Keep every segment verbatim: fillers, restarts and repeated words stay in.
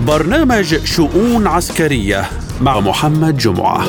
برنامج شؤون عسكرية مع محمد جمعة.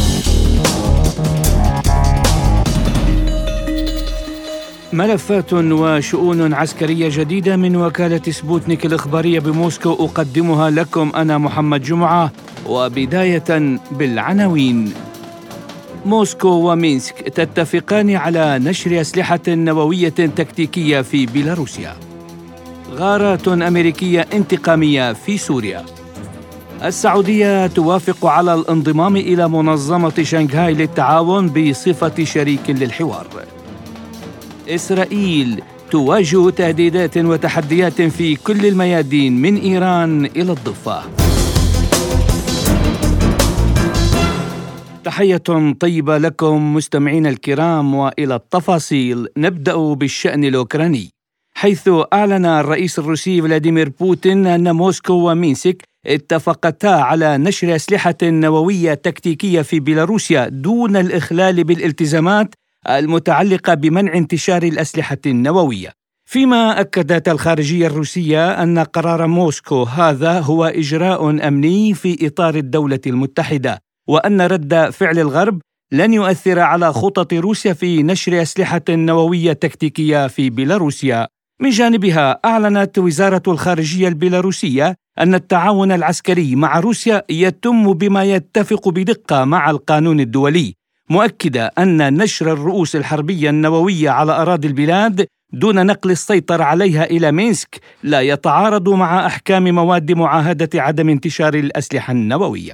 ملفات وشؤون عسكرية جديدة من وكالة سبوتنيك الإخبارية بموسكو أقدمها لكم أنا محمد جمعة، وبداية بالعناوين. موسكو ومينسك تتفقان على نشر أسلحة نووية تكتيكية في بيلاروسيا. غارات أمريكية انتقامية في سوريا. السعودية توافق على الانضمام إلى منظمة شنغهاي للتعاون بصفة شريك للحوار. إسرائيل تواجه تهديدات وتحديات في كل الميادين من إيران إلى الضفة. تحية طيبة لكم مستمعين الكرام، وإلى التفاصيل. نبدأ بالشأن الأوكراني، حيث أعلن الرئيس الروسي فلاديمير بوتين أن موسكو ومينسك اتفقتا على نشر أسلحة نووية تكتيكية في بيلاروسيا دون الإخلال بالالتزامات المتعلقة بمنع انتشار الأسلحة النووية. فيما أكدت الخارجية الروسية أن قرار موسكو هذا هو إجراء أمني في إطار الدولة المتحدة، وأن رد فعل الغرب لن يؤثر على خطط روسيا في نشر أسلحة نووية تكتيكية في بيلاروسيا. من جانبها أعلنت وزارة الخارجية البيلاروسية أن التعاون العسكري مع روسيا يتم بما يتفق بدقة مع القانون الدولي، مؤكدة أن نشر الرؤوس الحربية النووية على أراضي البلاد دون نقل السيطرة عليها إلى مينسك لا يتعارض مع أحكام مواد معاهدة عدم انتشار الأسلحة النووية.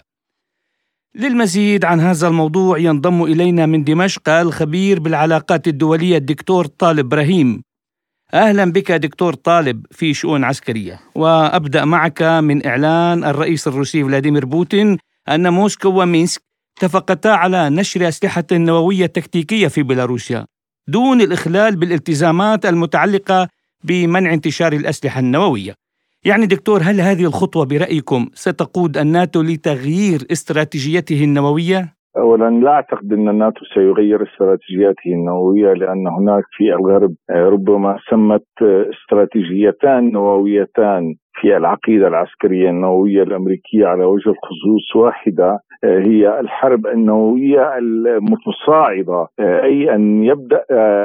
للمزيد عن هذا الموضوع ينضم إلينا من دمشق الخبير بالعلاقات الدولية الدكتور طالب إبراهيم. أهلا بك دكتور طالب في شؤون عسكرية، وأبدأ معك من إعلان الرئيس الروسي فلاديمير بوتين أن موسكو ومينسك اتفقتا على نشر أسلحة نووية تكتيكية في بيلاروسيا دون الإخلال بالالتزامات المتعلقة بمنع انتشار الأسلحة النووية. يعني دكتور، هل هذه الخطوة برأيكم ستقود الناتو لتغيير استراتيجيته النووية؟ أولا، لا أعتقد أن الناتو سيغير استراتيجيته النووية، لأن هناك في الغرب ربما سمت استراتيجيتان نوويتان في العقيدة العسكرية النووية الأمريكية على وجه الخصوص. واحدة هي الحرب النووية المتصاعدة، أي أن يبدأ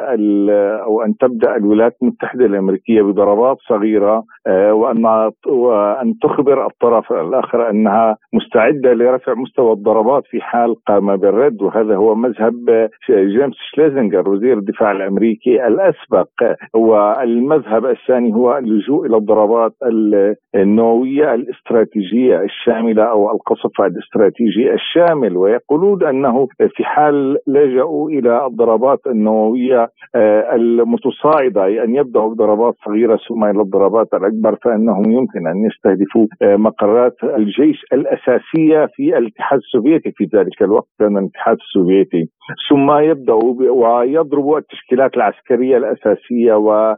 أو أن تبدأ الولايات المتحدة الأمريكية بضربات صغيرة، وأن وأن تخبر الطرف الآخر أنها مستعدة لرفع مستوى الضربات في حال قام بالرد. وهذا هو مذهب جيمس شليزنجر وزير الدفاع الأمريكي الأسبق. والمذهب الثاني هو اللجوء إلى الضربات النووية الاستراتيجية الشاملة أو القصف الاستراتيجي الشامل، ويقولون أنه في حال لجأوا إلى الضربات النووية المتصاعدة، أي أن يبدأوا بضربات صغيرة ثم إلى الضربات الأكبر، فإنهم يمكن أن يستهدفوا مقرات الجيش الأساسية في الاتحاد السوفيتي. في ذلك الوقت كان الاتحاد السوفيتي، ثم يبدأوا ويضربوا التشكيلات العسكرية الأساسية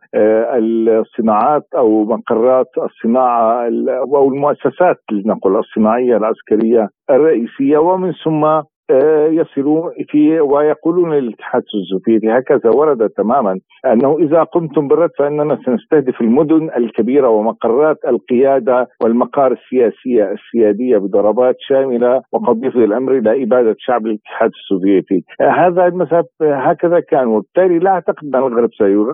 والصناعات أو مقرات الصناعة أو المؤسسات لنقول الصناعية العسكرية الرئيسية، ومن ثم يصلون في ويقولون للاتحاد السوفيتي هكذا ورد تماما أنه إذا قمتم بالرد فإننا سنستهدف المدن الكبيرة ومقرات القيادة والمقار السياسية السيادية بضربات شاملة، وقد يفضي الأمر إلى إبادة شعب الاتحاد السوفيتي. هذا المذهب هكذا كان، وبالتالي لا أعتقد أن الغرب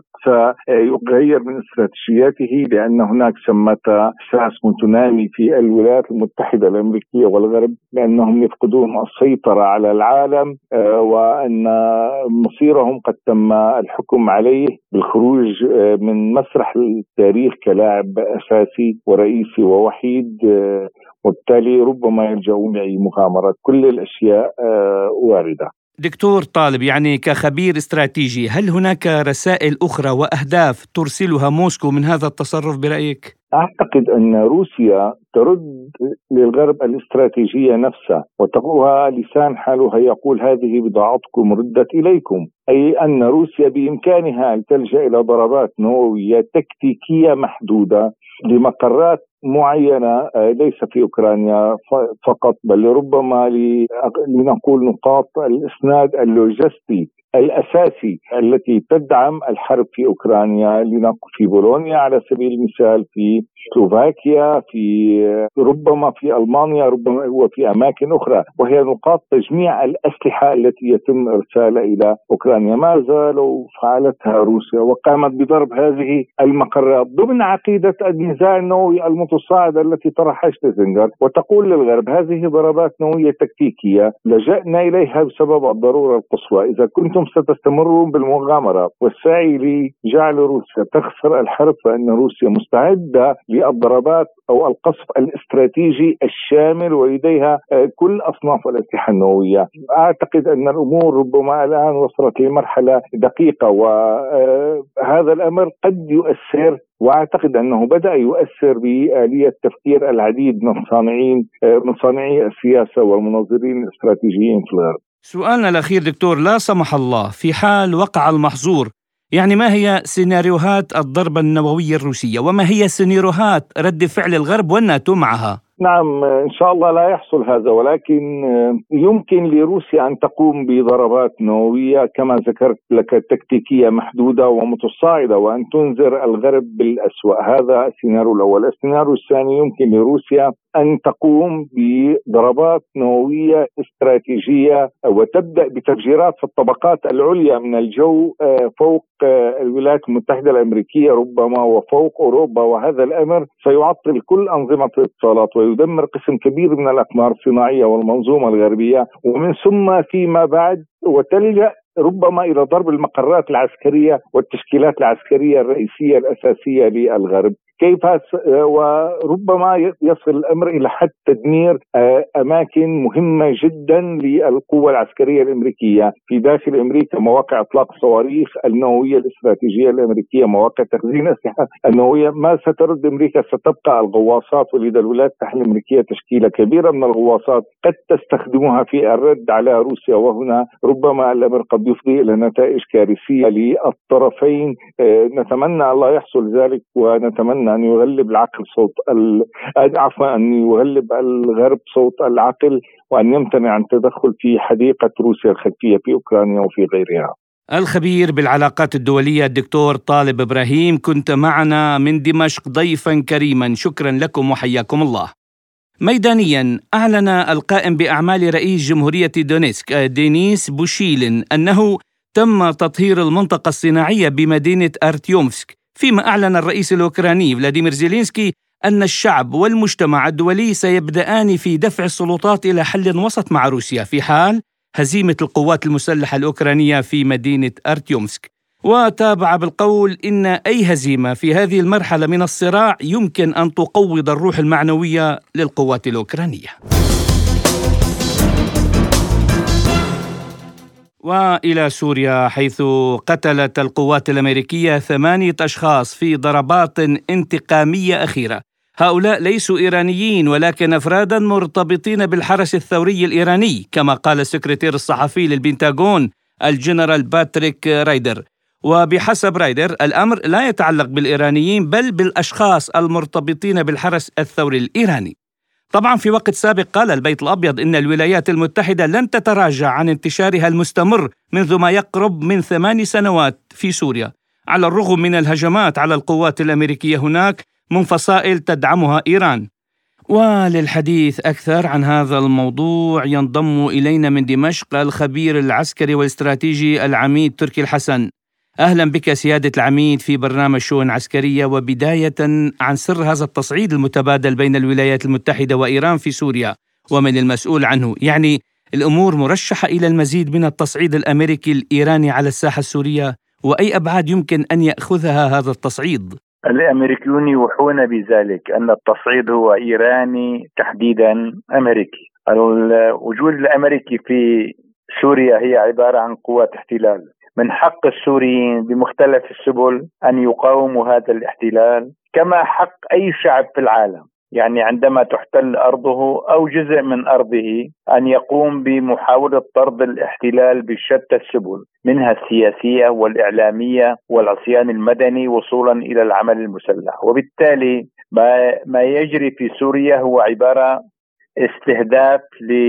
سيغير من استراتيجياته، لأن هناك ثمة إحساس متنامي في الولايات المتحدة الأمريكية والغرب بأنهم يفقدون السيطرة على العالم، وأن مصيرهم قد تم الحكم عليه بالخروج من مسرح التاريخ كلاعب أساسي ورئيسي ووحيد، وبالتالي ربما يلجؤون لأي مغامرة. كل الأشياء واردة. دكتور طالب، يعني كخبير استراتيجي، هل هناك رسائل أخرى وأهداف ترسلها موسكو من هذا التصرف برأيك؟ أعتقد أن روسيا ترد للغرب الاستراتيجية نفسها، وتقولها لسان حالها يقول هذه بضاعتكم ردت إليكم، أي أن روسيا بإمكانها أن تلجأ إلى ضربات نووية تكتيكية محدودة لمقرات معينة، ليس في أوكرانيا فقط بل ربما لنقول نقاط الإسناد اللوجستي الأساسي التي تدعم الحرب في أوكرانيا، لنقل في بولونيا على سبيل المثال، في سلوفاكيا، في ربما في ألمانيا، ربما وفي أماكن أخرى، وهي نقاط تجميع الأسلحة التي يتم إرسالها إلى أوكرانيا. ما زالوا فعلتها روسيا وقامت بضرب هذه المقرات ضمن عقيدة النزاع النووي المتصاعد التي طرحها شليزنجر، وتقول للغرب هذه ضربات نووية تكتيكية لجأنا إليها بسبب الضرورة القصوى. إذا كنتم ستستمرون بالمغامرة والسعي لجعل روسيا تخسر الحرب فإن روسيا مستعدة للضربات أو القصف الاستراتيجي الشامل، ولديها كل أصناف الأسلحة النووية. أعتقد أن الأمور ربما الآن وصلت لمرحلة دقيقة، وهذا الأمر قد يؤثر، وأعتقد أنه بدأ يؤثر بآلية تفكير العديد من صانعين من صانعي السياسة والمنظرين الاستراتيجيين في الغرب. سؤالنا الأخير دكتور، لا سمح الله في حال وقع المحظور، يعني ما هي سيناريوهات الضربة النووية الروسية، وما هي سيناريوهات رد فعل الغرب والناتو معها؟ نعم، إن شاء الله لا يحصل هذا، ولكن يمكن لروسيا أن تقوم بضربات نووية كما ذكرت لك تكتيكية محدودة ومتصاعدة، وأن تنذر الغرب بالأسوأ. هذا السيناريو الأول. السيناريو الثاني، يمكن لروسيا أن تقوم بضربات نووية استراتيجية وتبدأ بتفجيرات في الطبقات العليا من الجو فوق الولايات المتحدة الأمريكية ربما وفوق أوروبا، وهذا الأمر سيعطل كل أنظمة الاتصالات ويدمر قسم كبير من الأقمار الصناعية والمنظومة الغربية، ومن ثم فيما بعد وتلجأ ربما إلى ضرب المقرات العسكرية والتشكيلات العسكرية الرئيسية الأساسية للغرب. كيف وربما يصل الأمر إلى حد تدمير أماكن مهمة جدا للقوة العسكرية الأمريكية في داخل أمريكا، مواقع إطلاق الصواريخ النووية الاستراتيجية الأمريكية، مواقع تخزين الأسلحة النووية. ما سترد أمريكا؟ ستبقى الغواصات، ولذا الولايات المتحدة الأمريكية تشكيلة كبيرة من الغواصات قد تستخدمها في الرد على روسيا، وهنا ربما الأمر قد يفضي إلى نتائج كارثية للطرفين. نتمنى الله يحصل ذلك، ونتمنى أن يغلب العقل صوت ال... عفوا أن يغلب الغرب صوت العقل، وأن يمتنع عن التدخل في حديقة روسيا الخلفية في أوكرانيا وفي غيرها. الخبير بالعلاقات الدولية الدكتور طالب إبراهيم، كنت معنا من دمشق ضيفا كريما، شكرا لكم وحياكم الله. ميدانيا، أعلن القائم بأعمال رئيس جمهورية دونيتسك دينيس بوشيلين أنه تم تطهير المنطقة الصناعية بمدينة أرتيومسك، فيما أعلن الرئيس الأوكراني فلاديمير زيلينسكي أن الشعب والمجتمع الدولي سيبدأان في دفع السلطات إلى حل وسط مع روسيا في حال هزيمة القوات المسلحة الأوكرانية في مدينة أرتيومسك. وتابع بالقول إن أي هزيمة في هذه المرحلة من الصراع يمكن أن تقوض الروح المعنوية للقوات الأوكرانية. وإلى سوريا، حيث قتلت القوات الأمريكية ثمانية أشخاص في ضربات انتقامية أخيرة. هؤلاء ليسوا إيرانيين ولكن أفرادا مرتبطين بالحرس الثوري الإيراني، كما قال السكرتير الصحفي للبنتاغون الجنرال باتريك رايدر. وبحسب رايدر الأمر لا يتعلق بالإيرانيين بل بالأشخاص المرتبطين بالحرس الثوري الإيراني. طبعا في وقت سابق قال البيت الأبيض إن الولايات المتحدة لن تتراجع عن انتشارها المستمر منذ ما يقرب من ثمان سنوات في سوريا، على الرغم من الهجمات على القوات الأمريكية هناك من فصائل تدعمها إيران. وللحديث أكثر عن هذا الموضوع ينضم إلينا من دمشق الخبير العسكري والاستراتيجي العميد تركي الحسن. أهلا بك سيادة العميد في برنامج شؤون عسكرية. وبداية عن سر هذا التصعيد المتبادل بين الولايات المتحدة وإيران في سوريا ومن المسؤول عنه، يعني الأمور مرشحة إلى المزيد من التصعيد الأمريكي الإيراني على الساحة السورية، وأي أبعاد يمكن أن يأخذها هذا التصعيد؟ الأمريكيون يوحون بذلك أن التصعيد هو إيراني تحديدا أمريكي. الوجود الأمريكي في سوريا هي عبارة عن قوات احتلال. من حق السوريين بمختلف السبل أن يقاوموا هذا الاحتلال كما حق أي شعب في العالم، يعني عندما تحتل أرضه أو جزء من أرضه أن يقوم بمحاولة طرد الاحتلال بشتى السبل، منها السياسية والإعلامية والعصيان المدني وصولا إلى العمل المسلح. وبالتالي ما, ما يجري في سوريا هو عبارة استهداف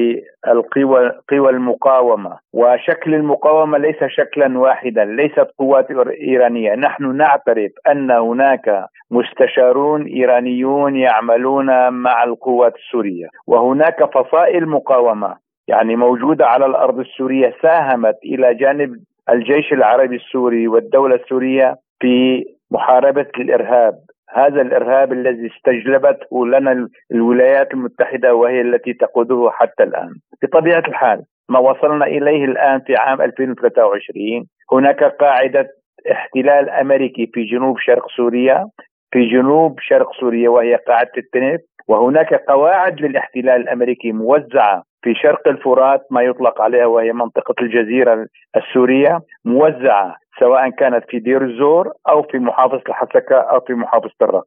للقوى قوى المقاومة، وشكل المقاومة ليس شكلا واحدا، ليست قوات إيرانية. نحن نعترف أن هناك مستشارون إيرانيون يعملون مع القوات السورية، وهناك فصائل مقاومة يعني موجودة على الأرض السورية ساهمت إلى جانب الجيش العربي السوري والدولة السورية في محاربة الإرهاب، هذا الإرهاب الذي استجلبته لنا الولايات المتحدة وهي التي تقوده حتى الآن. بطبيعة الحال ما وصلنا إليه الآن في عام ألفين وثلاثة وعشرين هناك قاعدة احتلال أمريكي في جنوب شرق سوريا في جنوب شرق سوريا وهي قاعدة التنف، وهناك قواعد للاحتلال الأمريكي موزعة في شرق الفرات ما يطلق عليها وهي منطقة الجزيرة السورية، موزعة سواء كانت في دير الزور أو في محافظة الحسكة أو في محافظة الرق.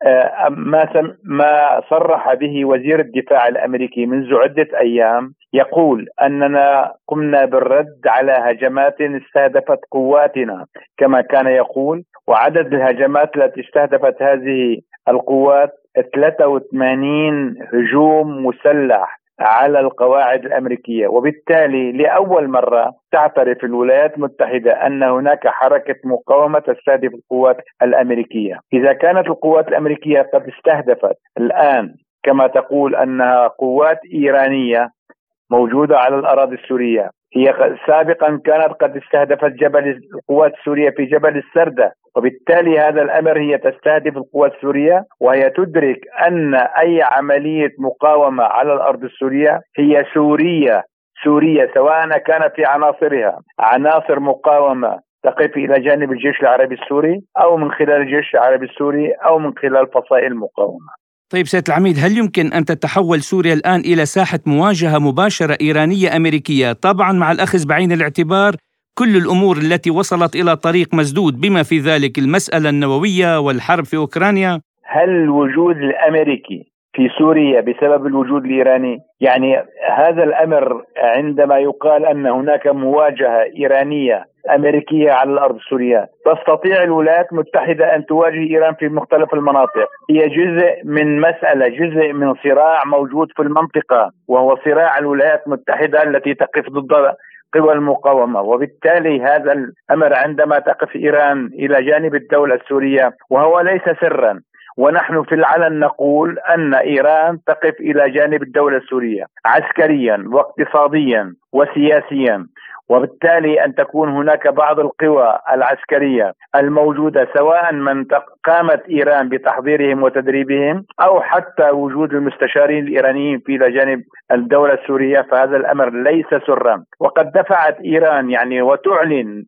ما ما صرح به وزير الدفاع الأمريكي منذ عدة أيام يقول أننا قمنا بالرد على هجمات استهدفت قواتنا كما كان يقول، وعدد الهجمات التي استهدفت هذه القوات ثلاثة وثمانين هجوم مسلح على القواعد الأمريكية. وبالتالي لأول مرة تعترف الولايات المتحدة أن هناك حركة مقاومة تستهدف القوات الأمريكية. إذا كانت القوات الأمريكية قد استهدفت الآن كما تقول أنها قوات إيرانية موجودة على الأراضي السورية، هي سابقا كانت قد استهدفت جبل القوات السورية في جبل السردة، وبالتالي هذا الأمر هي تستهدف القوات السورية وهي تدرك أن أي عملية مقاومة على الأرض السورية هي سورية سورية سواء كانت في عناصرها عناصر مقاومة تقف إلى جانب الجيش العربي السوري أو من خلال الجيش العربي السوري أو من خلال فصائل المقاومة. طيب سيد العميد، هل يمكن أن تتحول سوريا الآن إلى ساحة مواجهة مباشرة إيرانية أمريكية، طبعا مع الأخذ بعين الاعتبار كل الأمور التي وصلت إلى طريق مسدود بما في ذلك المسألة النووية والحرب في أوكرانيا؟ هل الوجود الأمريكي في سوريا بسبب الوجود الإيراني؟ يعني هذا الأمر عندما يقال أن هناك مواجهة إيرانية أمريكية على الأرض السورية، تستطيع الولايات المتحدة أن تواجه إيران في مختلف المناطق. هي جزء من مسألة، جزء من صراع موجود في المنطقة، وهو صراع الولايات المتحدة التي تقف ضد قوى المقاومة. وبالتالي هذا الأمر عندما تقف إيران إلى جانب الدولة السورية وهو ليس سرا، ونحن في العلن نقول أن إيران تقف إلى جانب الدولة السورية عسكريا واقتصاديا وسياسيا، وبالتالي أن تكون هناك بعض القوى العسكرية الموجودة سواء من قامت إيران بتحضيرهم وتدريبهم أو حتى وجود المستشارين الإيرانيين في جانب الدولة السورية، فهذا الأمر ليس سرا. وقد دفعت إيران يعني وتعلن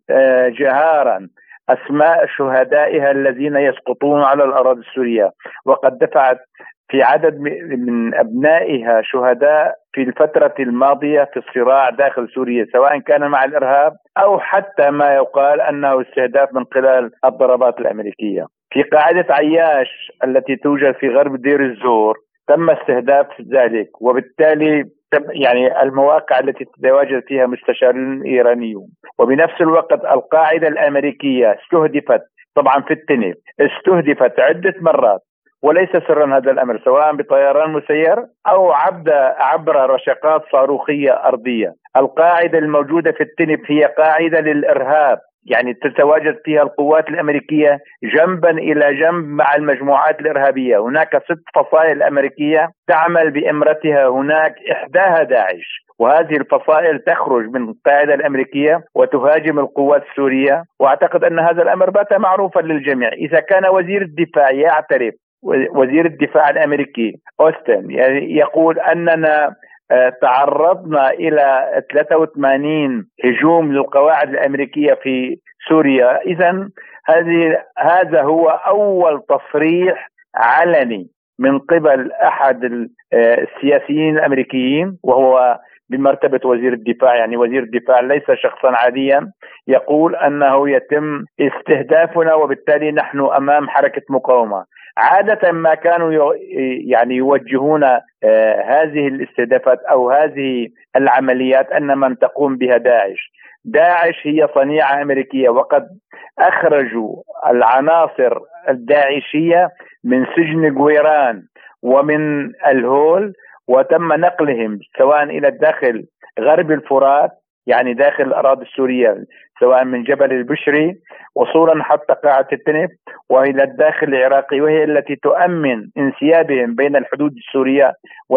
جهارا أسماء شهدائها الذين يسقطون على الأراضي السورية، وقد دفعت في عدد من أبنائها شهداء في الفترة الماضية في الصراع داخل سوريا سواء كان مع الإرهاب أو حتى ما يقال أنه استهداف من خلال الضربات الأمريكية. في قاعدة عياش التي توجد في غرب دير الزور تم استهداف ذلك، وبالتالي يعني المواقع التي تتواجد فيها مستشارين إيرانيون. وبنفس الوقت القاعدة الأمريكية استهدفت طبعا في التنف، استهدفت عدة مرات وليس سرا هذا الأمر سواء بطيران مسير أو عبر عبر رشقات صاروخية أرضية. القاعدة الموجودة في التنف هي قاعدة للإرهاب، يعني تتواجد فيها القوات الأمريكية جنبا إلى جنب مع المجموعات الإرهابية. هناك ست فصائل أمريكية تعمل بإمرتها هناك، إحداها داعش، وهذه الفصائل تخرج من القاعدة الأمريكية وتهاجم القوات السورية. وأعتقد أن هذا الأمر بات معروفا للجميع. إذا كان وزير الدفاع يعترف، وزير الدفاع الأمريكي أوستن يعني يقول أننا تعرضنا إلى ثلاثة وثمانين هجوم للقواعد الأمريكية في سوريا، إذن هذه هذا هو أول تصريح علني من قبل أحد السياسيين الأمريكيين وهو بمرتبة وزير الدفاع، يعني وزير الدفاع ليس شخصا عاديا، يقول أنه يتم استهدافنا وبالتالي نحن أمام حركة مقاومة. عادة ما كانوا يعني يوجهون هذه الاستهدافات أو هذه العمليات أن من تقوم بها داعش. داعش هي صنيعة أمريكية، وقد أخرجوا العناصر الداعشية من سجن غويران ومن الهول وتم نقلهم سواء إلى الداخل غرب الفرات، يعني داخل الأراضي السورية، سواء من جبل البشري وصولا حتى قاعة التنف، وإلى الداخل العراقي، وهي التي تؤمن انسيابهم بين الحدود السورية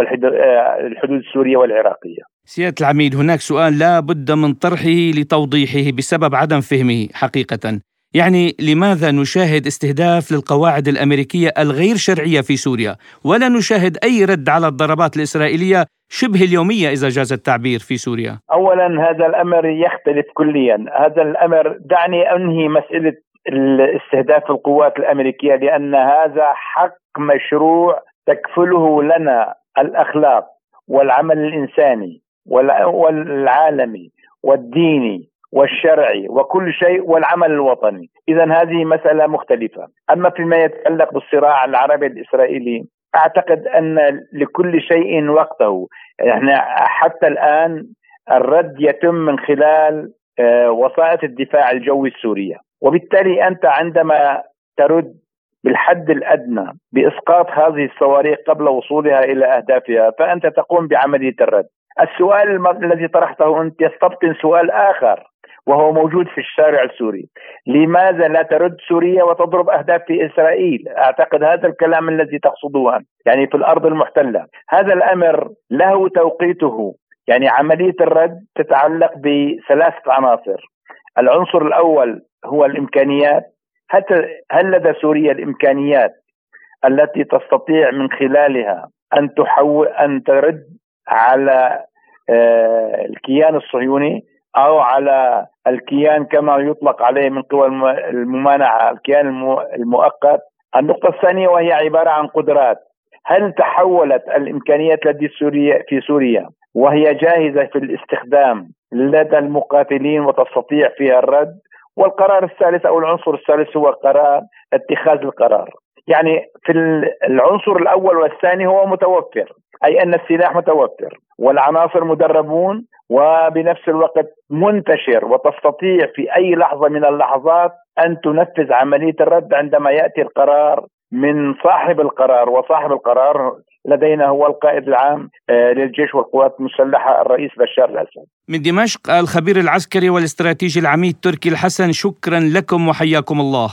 والحدود السورية والعراقية. سيادة العميد، هناك سؤال لا بد من طرحه لتوضيحه بسبب عدم فهمه حقيقة. يعني لماذا نشاهد استهداف للقواعد الأمريكية الغير شرعية في سوريا، ولا نشاهد أي رد على الضربات الإسرائيلية شبه اليومية إذا جاز التعبير في سوريا؟ أولا هذا الأمر يختلف كليا. هذا الأمر، دعني أنهي مسألة استهداف القوات الأمريكية، لأن هذا حق مشروع تكفله لنا الأخلاق والعمل الإنساني والعالمي والديني والشرعي وكل شيء، والعمل الوطني. إذن هذه مسألة مختلفة. أما فيما يتعلق بالصراع العربي الإسرائيلي، أعتقد أن لكل شيء وقته. احنا حتى الآن الرد يتم من خلال وسائط الدفاع الجوي السورية، وبالتالي أنت عندما ترد بالحد الأدنى بإسقاط هذه الصواريخ قبل وصولها إلى أهدافها، فأنت تقوم بعملية الرد. السؤال الذي طرحته أنت يستبطن سؤال آخر وهو موجود في الشارع السوري: لماذا لا ترد سوريا وتضرب أهداف في إسرائيل؟ أعتقد هذا الكلام الذي تقصده، يعني في الأرض المحتلة. هذا الأمر له توقيته. يعني عملية الرد تتعلق بثلاثة عناصر. العنصر الأول هو الإمكانيات. هل لدى سوريا الإمكانيات التي تستطيع من خلالها أن تحول أن ترد على الكيان الصهيوني أو على الكيان كما يطلق عليه من قوى الممانعة، الكيان المؤقت؟ النقطة الثانية وهي عبارة عن قدرات. هل تحولت الإمكانيات لدى سوريا في سوريا وهي جاهزة في الاستخدام لدى المقاتلين وتستطيع فيها الرد؟ والقرار الثالث أو العنصر الثالث هو قرار اتخاذ القرار. يعني في العنصر الأول والثاني هو متوفر، أي أن السلاح متوفر والعناصر مدربون، وبنفس الوقت منتشر، وتستطيع في أي لحظة من اللحظات أن تنفذ عملية الرد عندما يأتي القرار من صاحب القرار. وصاحب القرار لدينا هو القائد العام للجيش والقوات المسلحة الرئيس بشار الأسد. من دمشق الخبير العسكري والاستراتيجي العميد تركي الحسن، شكرا لكم وحياكم الله.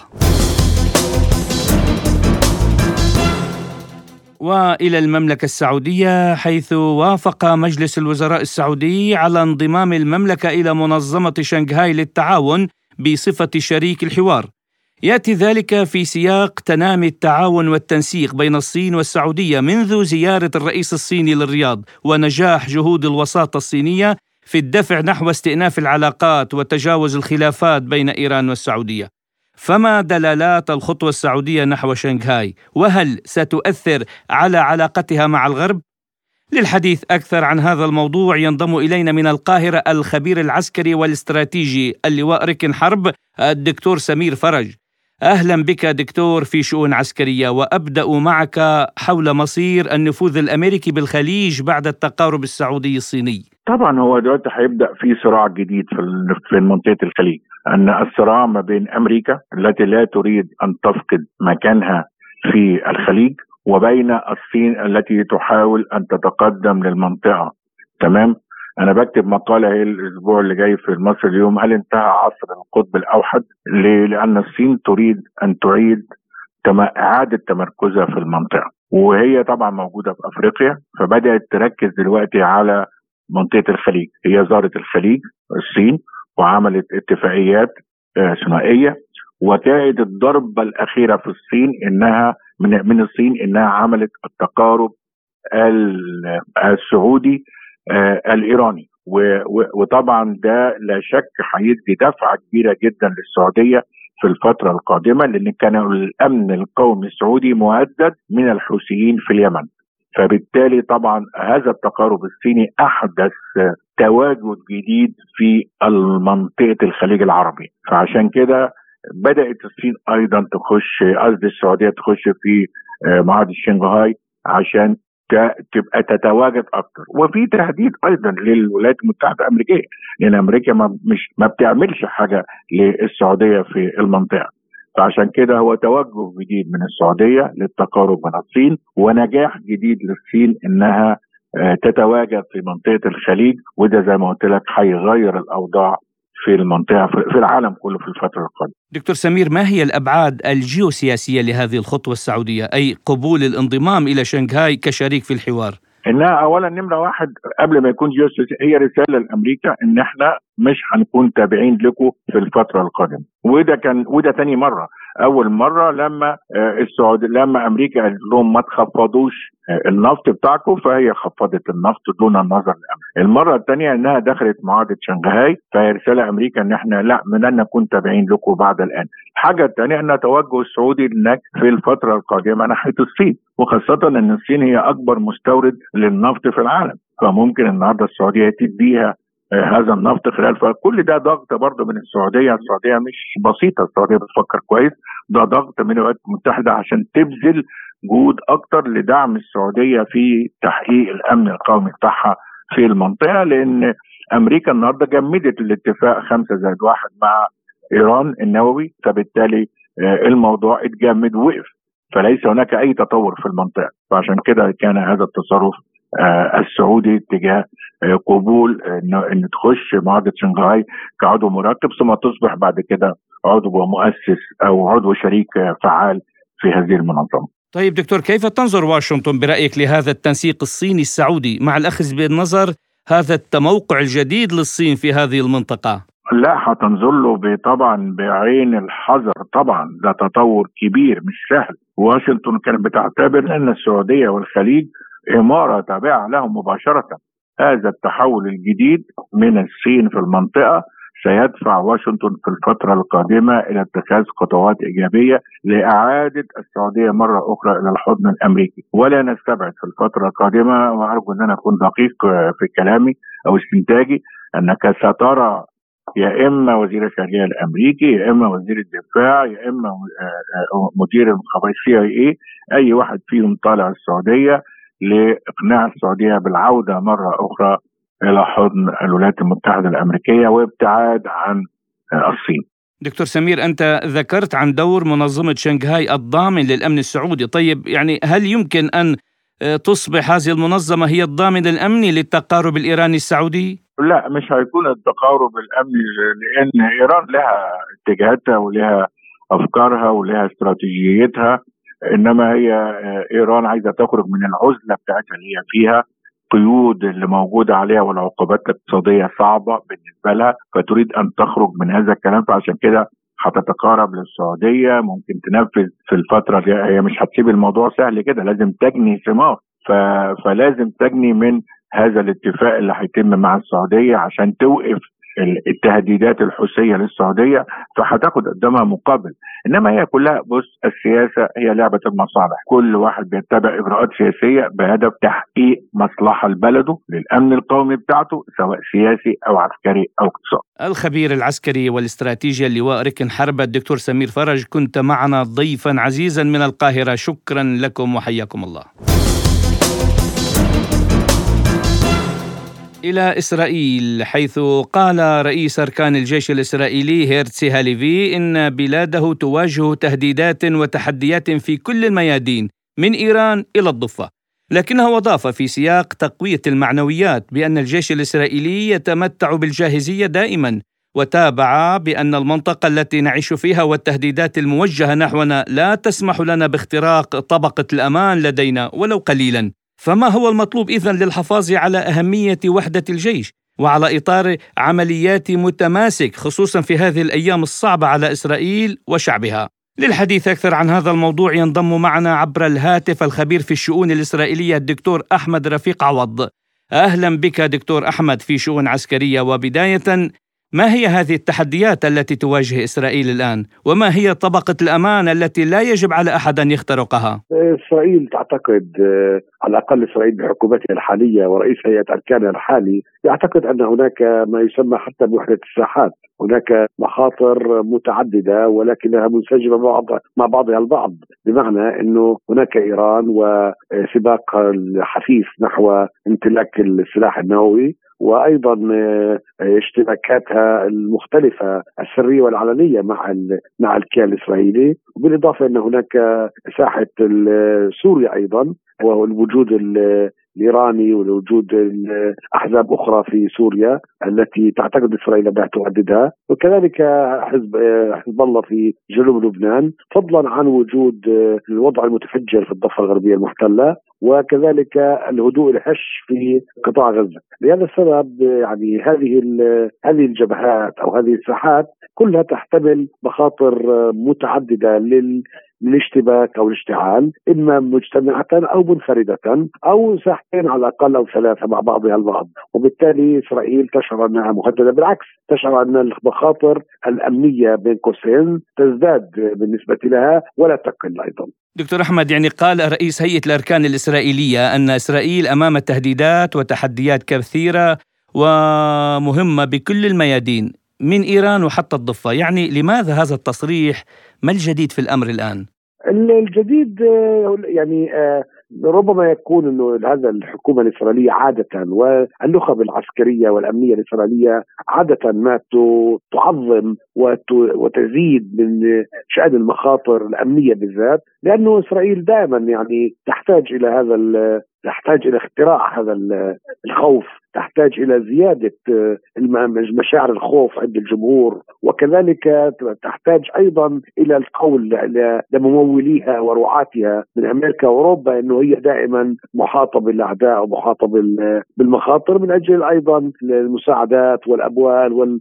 وإلى المملكة السعودية، حيث وافق مجلس الوزراء السعودي على انضمام المملكة إلى منظمة شنغهاي للتعاون بصفة شريك الحوار. يأتي ذلك في سياق تنامي التعاون والتنسيق بين الصين والسعودية منذ زيارة الرئيس الصيني للرياض، ونجاح جهود الوساطة الصينية في الدفع نحو استئناف العلاقات وتجاوز الخلافات بين إيران والسعودية. فما دلالات الخطوة السعودية نحو شنغهاي، وهل ستؤثر على علاقتها مع الغرب؟ للحديث أكثر عن هذا الموضوع ينضم إلينا من القاهرة الخبير العسكري والاستراتيجي اللواء ركن حرب الدكتور سمير فرج. أهلا بك دكتور في شؤون عسكرية، وأبدأ معك حول مصير النفوذ الأمريكي بالخليج بعد التقارب السعودي الصيني. طبعا هو دلوقتي هيبدأ في صراع جديد في منطقة الخليج، أن الصراع ما بين أمريكا التي لا تريد أن تفقد مكانها في الخليج، وبين الصين التي تحاول أن تتقدم للمنطقة. تمام. أنا بكتب مقالة هي الأسبوع اللي جاي في مصر اليوم: هل انتهى عصر القطب الأوحد؟ لأن الصين تريد أن تعيد إعادة تمركزها في المنطقة، وهي طبعا موجودة في أفريقيا، فبدأت تركز دلوقتي على منطقة الخليج. هي زارت الخليج الصين وعملت اتفاقيات ثنائية، وكانت الضربة الأخيرة في الصين إنها من من الصين إنها عملت التقارب السعودي الإيراني، وطبعا ده لا شك هيدي دفعة كبيرة جدا للسعودية في الفترة القادمة، لأن كان الأمن القومي السعودي مهدد من الحوثيين في اليمن. فبالتالي طبعا هذا التقارب الصيني أحدث تواجد جديد في منطقة الخليج العربي. فعشان كده بدأت الصين أيضا تخش، قصد السعودية تخش في معاهدة شنغهاي عشان تبقى تتواجد أكتر. وفي تهديد أيضا للولايات المتحدة الأمريكية، لأن أمريكا ما مش ما بتعملش حاجة للسعودية في المنطقة. فعشان كده هو توجه جديد من السعودية للتقارب من الصين، ونجاح جديد للصين إنها تتواجد في منطقة الخليج، وده زي ما قلت لك هيغير الأوضاع في المنطقة في العالم كله في الفترة القادمة. دكتور سمير، ما هي الأبعاد الجيوسياسية لهذه الخطوة السعودية، أي قبول الانضمام إلى شنغهاي كشريك في الحوار؟ إنها أولا نمرة واحد قبل ما يكون جيوسياسية هي رسالة لأمريكا إن إحنا مش هنكون تابعين لكم في الفترة القادمة، وده كان وده تاني مرة. أول مرة لما السعود لما أمريكا قالت لهم ما تخفضوش النفط بتاعكم، فهي خفضت النفط دون النظر لأمريكا. المرة الثانية إنها دخلت معاهدة شنغهاي، فهي رسالة أمريكا إن إحنا لا من نكون تابعين لكم بعد الآن. الحاجة الثانية أن توجه السعودي هناك في الفترة القادمة ناحية الصين، وخاصة أن الصين هي أكبر مستورد للنفط في العالم، فممكن النهارده السعودية تديها هذا النفط خلال. فكل ده ضغط برضه من السعوديه، السعوديه مش بسيطه، السعوديه بتفكر كويس، ده ضغط من الولايات المتحده عشان تبذل جهود اكتر لدعم السعوديه في تحقيق الامن القومي بتاعها في المنطقه، لان امريكا النهارده جمدت الاتفاق خمسة زائد واحد مع ايران النووي، فبالتالي الموضوع اتجمد ووقف، فليس هناك اي تطور في المنطقه. فعشان كده كان هذا التصرف آه السعودي تجاه آه قبول آه ان تخش معاهده شنغهاي كعضو مركب، ثم تصبح بعد كده عضو مؤسس او عضو شريك آه فعال في هذه المنظمه. طيب دكتور، كيف تنظر واشنطن برأيك لهذا التنسيق الصيني السعودي مع الأخذ بالنظر هذا التموقع الجديد للصين في هذه المنطقة؟ لا، هتنظر له طبعا بعين الحذر، طبعا ده تطور كبير مش سهل. واشنطن كانت بتعتبر ان السعوديه والخليج إمارة تابعة لهم مباشرة. هذا التحول الجديد من الصين في المنطقة سيدفع واشنطن في الفترة القادمة إلى اتخاذ خطوات إيجابية لإعادة السعودية مرة أخرى إلى الحضن الأمريكي. ولا نستبعد في الفترة القادمة، وأرجو أن أنا أكون دقيق في كلامي أو استنتاجي، أنك سترى يا إما وزير الخارجية الأمريكي، يا إما وزير الدفاع، يا إما مدير المخابرات سي اي اي، أي واحد فيهم طالع السعودية لإقناع السعودية بالعودة مرة أخرى إلى حضن الولايات المتحدة الأمريكية وابتعاد عن الصين. دكتور سمير، أنت ذكرت عن دور منظمة شنغهاي الضامن للأمن السعودي. طيب يعني هل يمكن أن تصبح هذه المنظمة هي الضامن الأمني للتقارب الإيراني السعودي؟ لا، مش هيكون التقارب الأمني، لأن إيران لها اتجاهاتها ولها أفكارها ولها استراتيجيتها، إنما هي إيران عايزة تخرج من العزلة بتاعتها اللي هي فيها، قيود اللي موجودة عليها والعقوبات الاقتصادية صعبة بالنسبة لها، فتريد أن تخرج من هذا الكلام. فعشان كده هتتقارب للسعودية، ممكن تنفذ في الفترة دي. هي مش هتسيب الموضوع سهل كده، لازم تجني ثمار، ف... فلازم تجني من هذا الاتفاق اللي هيتم مع السعودية عشان توقف التهديدات الحوثية للسعودية، فهتاخد قدامها مقابل. انما هي كلها، بص، السياسة هي لعبة المصالح، كل واحد بيتبع اجراءات سياسية بهدف تحقيق مصلحة لبلده للامن القومي بتاعته، سواء سياسي او عسكري او اقتصادي. الخبير العسكري والاستراتيجي اللواء ركن حرب الدكتور سمير فرج، كنت معنا ضيفا عزيزا من القاهرة، شكرا لكم وحياكم الله. إلى إسرائيل، حيث قال رئيس أركان الجيش الإسرائيلي هيرتسي هاليفي إن بلاده تواجه تهديدات وتحديات في كل الميادين من إيران إلى الضفة، لكنه أضاف في سياق تقوية المعنويات بأن الجيش الإسرائيلي يتمتع بالجاهزية دائما، وتابع بأن المنطقة التي نعيش فيها والتهديدات الموجهة نحونا لا تسمح لنا باختراق طبقة الأمان لدينا ولو قليلا. فما هو المطلوب إذن للحفاظ على أهمية وحدة الجيش وعلى إطار عمليات متماسك، خصوصا في هذه الأيام الصعبة على إسرائيل وشعبها؟ للحديث أكثر عن هذا الموضوع ينضم معنا عبر الهاتف الخبير في الشؤون الإسرائيلية الدكتور أحمد رفيق عوض. أهلا بك دكتور أحمد في شؤون عسكرية. وبداية، ما هي هذه التحديات التي تواجه إسرائيل الآن؟ وما هي طبقة الأمان التي لا يجب على أحد أن يخترقها؟ إسرائيل تعتقد، على الأقل إسرائيل بحكومتها الحالية ورئيس هيئة أركانها الحالي، يعتقد أن هناك ما يسمى حتى بوحدة الساحات. هناك مخاطر متعددة ولكنها منسجمة مع بعضها البعض، بمعنى أنه هناك إيران وسباق الحثيث نحو امتلاك السلاح النووي، وأيضا اشتباكاتها المختلفة السرية والعلنية مع مع الكيان الإسرائيلي، بالإضافة أن هناك ساحة سوريا أيضا، والوجود الإيراني ولوجود أحزاب أخرى في سوريا التي تعتقد إسرائيل أنها تهددها، وكذلك حزب حزب الله في جنوب لبنان، فضلا عن وجود الوضع المتفجر في الضفة الغربية المحتلة، وكذلك الهدوء الهش في قطاع غزة. لهذا السبب يعني هذه هذه الجبهات أو هذه الساحات كلها تحتمل مخاطر متعددة لل للاشتباك أو الاشتعال، إما مجتمعة أو منفردة أو ساحتين على الأقل أو ثلاثة مع بعضها البعض، وبالتالي إسرائيل تشعر أنها مهددة. بالعكس، تشعر أن المخاطر الأمنية بين قوسين تزداد بالنسبة لها ولا تقل أيضا. دكتور أحمد، يعني قال رئيس هيئة الأركان الإسرائيلية أن إسرائيل أمام تهديدات وتحديات كثيرة ومهمة بكل الميادين من إيران وحتى الضفة، يعني لماذا هذا التصريح؟ ما الجديد في الأمر الآن؟ الجديد يعني ربما يكون أنه هذا الحكومة الإسرائيلية عادة والنخب العسكرية والأمنية الإسرائيلية عادة ما تعظم وتزيد من شأن المخاطر الأمنية بالذات، لأنه إسرائيل دائما يعني تحتاج إلى هذا تحتاج إلى اختراع هذا الخوف، تحتاج إلى زيادة مشاعر الخوف عند الجمهور، وكذلك تحتاج أيضا إلى القول لمموليها ورعاتها من أمريكا وأوروبا أنه هي دائما محاطة بالأعداء ومحاطة بالمخاطر من أجل أيضا المساعدات والأموال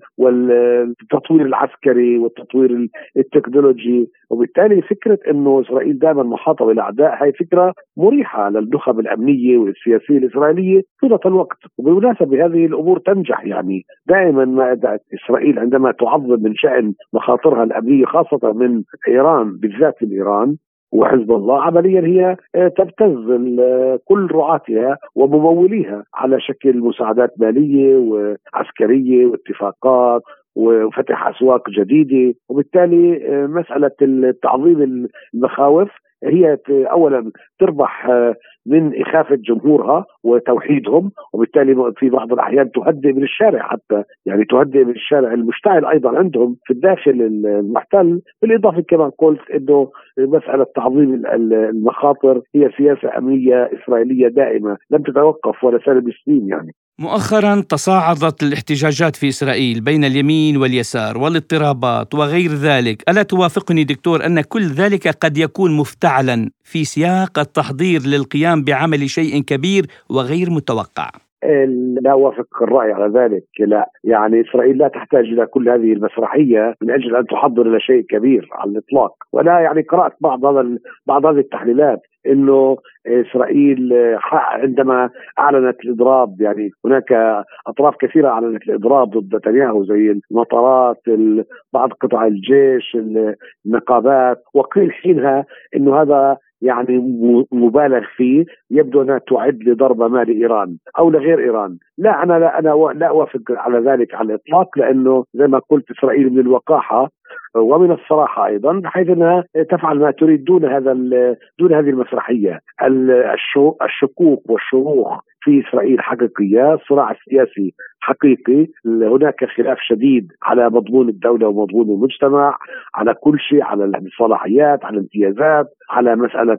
والتطوير العسكري والتطوير التكنولوجي. وبالتالي فكرة أنه إسرائيل دائما محاطة بالأعداء هي فكرة مريحة للنخب الأمنية والسياسية الإسرائيلية طيلة الوقت. وبالمناسبة هذه الأمور تنجح، يعني دائما ما إسرائيل عندما تعظم من شأن مخاطرها الأمنية خاصة من إيران، بالذات من إيران وحزب الله، عمليا هي تبتز كل رعاتها ومموليها على شكل مساعدات مالية وعسكرية واتفاقات وفتح أسواق جديدة. وبالتالي مسألة تعظيم المخاوف هي أولا تربح من إخافة جمهورها وتوحيدهم، وبالتالي في بعض الأحيان تهدئ من الشارع، حتى يعني تهدئ من الشارع المشتعل أيضا عندهم في الداخل المحتل. بالإضافة كما قلت أنه مسألة تعظيم المخاطر هي سياسة أمنية إسرائيلية دائمة لم تتوقف ولا سنة بسنين. يعني مؤخرا تصاعدت الاحتجاجات في إسرائيل بين اليمين واليسار والاضطرابات وغير ذلك، ألا توافقني دكتور أن كل ذلك قد يكون مفتعلا في سياق التحضير للقيام بعمل شيء كبير وغير متوقع؟ لا أوافق الرأي على ذلك. لا، يعني إسرائيل لا تحتاج إلى كل هذه المسرحية من أجل أن تحضر إلى شيء كبير على الإطلاق. ولا يعني قرأت بعض هذا بعض هذه التحليلات إنه إسرائيل عندما أعلنت الإضراب، يعني هناك أطراف كثيرة أعلنت الإضراب ضد نتنياهو زي المطارات، بعض قطاع الجيش، النقابات، وقيل حينها إنه هذا يعني مبالغ فيه، يبدو أنها تعد لضربة ما لإيران أو لغير إيران. لا، أنا لا أنا لا أوافق على ذلك على الإطلاق، لأنه زي ما قلت إسرائيل من الوقاحة ومن الصراحة أيضا، بحيث أنها تفعل ما تريد دون هذا دون هذه المسرحية. الشكوك والشروخ في إسرائيل حقيقية، الصراع السياسي حقيقي، هناك خلاف شديد على مضمون الدولة ومضمون المجتمع، على كل شيء، على الصلاحيات، على الامتيازات، على مسألة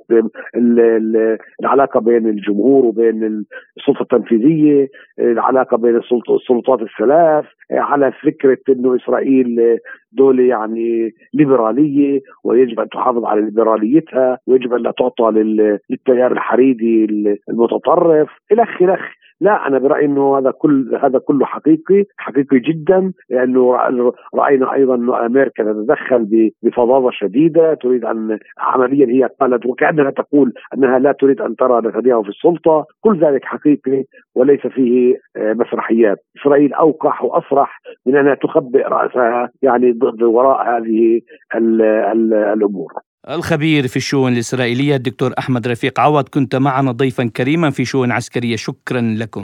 العلاقة بين الجمهور وبين السلطة التنفيذية، العلاقة بين السلطات الثلاث، على فكرة أنه إسرائيل دولة يعني ليبرالية ويجب أن تحافظ على ليبراليتها، ويجب أن لا تعطى للتيار الحريدي المتطرف إلى خلافه. لا، أنا برأيي أنه هذا كل هذا كله حقيقي حقيقي جدا، لأنه رأينا أيضا أن أمريكا تتدخل بفظاظة شديدة، تريد أن عمليا هي قالت وكأنها تقول أنها لا تريد أن ترى نتنياهو في السلطة. كل ذلك حقيقي وليس فيه مسرحيات. إسرائيل أوقح وأصرح من أنها تخبئ رأسها يعني ضد وراء هذه ال ال الأمور. الخبير في الشؤون الإسرائيلية الدكتور أحمد رفيق عوض، كنت معنا ضيفا كريما في شؤون عسكرية، شكرا لكم.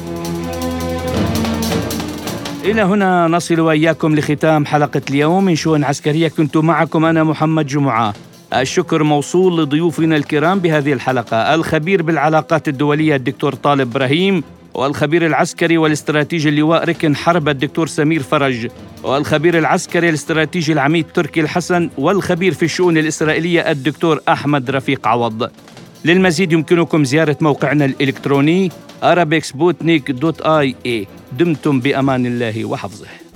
إلى هنا نصل وإياكم لختام حلقة اليوم من شؤون عسكرية، كنت معكم أنا محمد جمعة. الشكر موصول لضيوفنا الكرام بهذه الحلقة، الخبير بالعلاقات الدولية الدكتور طالب إبراهيم، والخبير العسكري والاستراتيجي اللواء ركن حرب الدكتور سمير فرج، والخبير العسكري الاستراتيجي العميد تركي الحسن، والخبير في الشؤون الإسرائيلية الدكتور أحمد رفيق عوض. للمزيد يمكنكم زيارة موقعنا الإلكتروني arabicsputnik دوت آي إيه. دمتم بأمان الله وحفظه.